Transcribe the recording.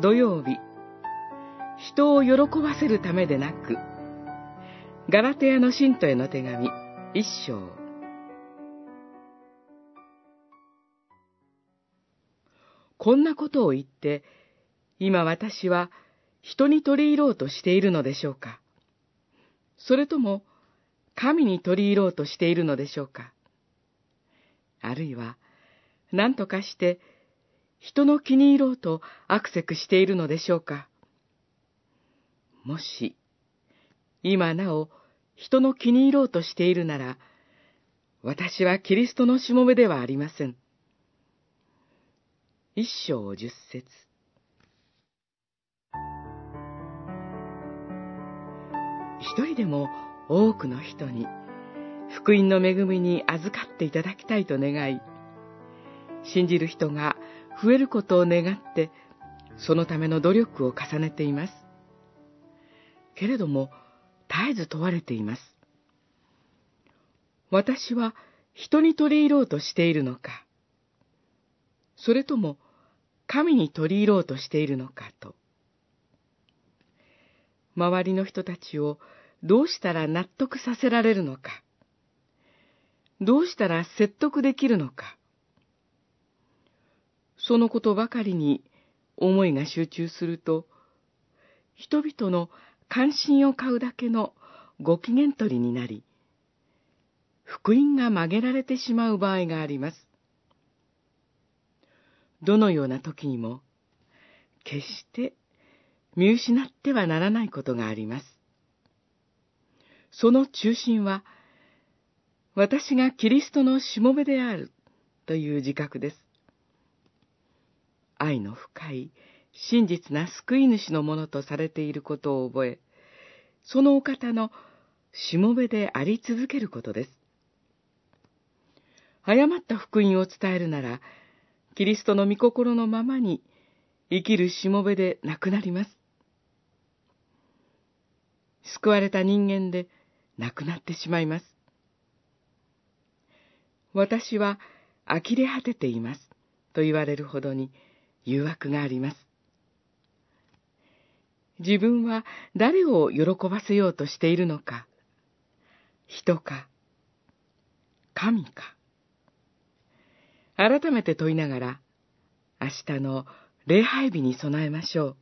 土曜日、人を喜ばせるためでなく、ガラテヤの信徒への手紙、一章。こんなことを言って、今私は人に取り入ろうとしているのでしょうか？それとも、神に取り入ろうとしているのでしょうか？あるいは、何とかして人の気に入ろうとアクセクしているのでしょうか？もし、今なお人の気に入ろうとしているなら、私はキリストのしもべではありません。一章10節。一人でも多くの人に福音の恵みに預かっていただきたいと願い、信じる人が増えることを願って、そのための努力を重ねています。けれども、絶えず問われています。私は人に取り入ろうとしているのか、それとも神に取り入ろうとしているのかと。周りの人たちをどうしたら納得させられるのか、どうしたら説得できるのか、そのことばかりに思いが集中すると、人々の関心を買うだけのご機嫌取りになり、福音が曲げられてしまう場合があります。どのような時にも、決して見失ってはならないことがあります。その中心は、私がキリストのしもべであるという自覚です。愛の深い真実な救い主のものとされていることを覚え、そのお方のしもべであり続けることです。誤った福音を伝えるなら、キリストの御心のままに生きるしもべでなくなります。救われた人間でなくなってしまいます。私は呆れ果てていますと言われるほどに誘惑があります。自分は誰を喜ばせようとしているのか、人か、神か。改めて問いながら、明日の礼拝日に備えましょう。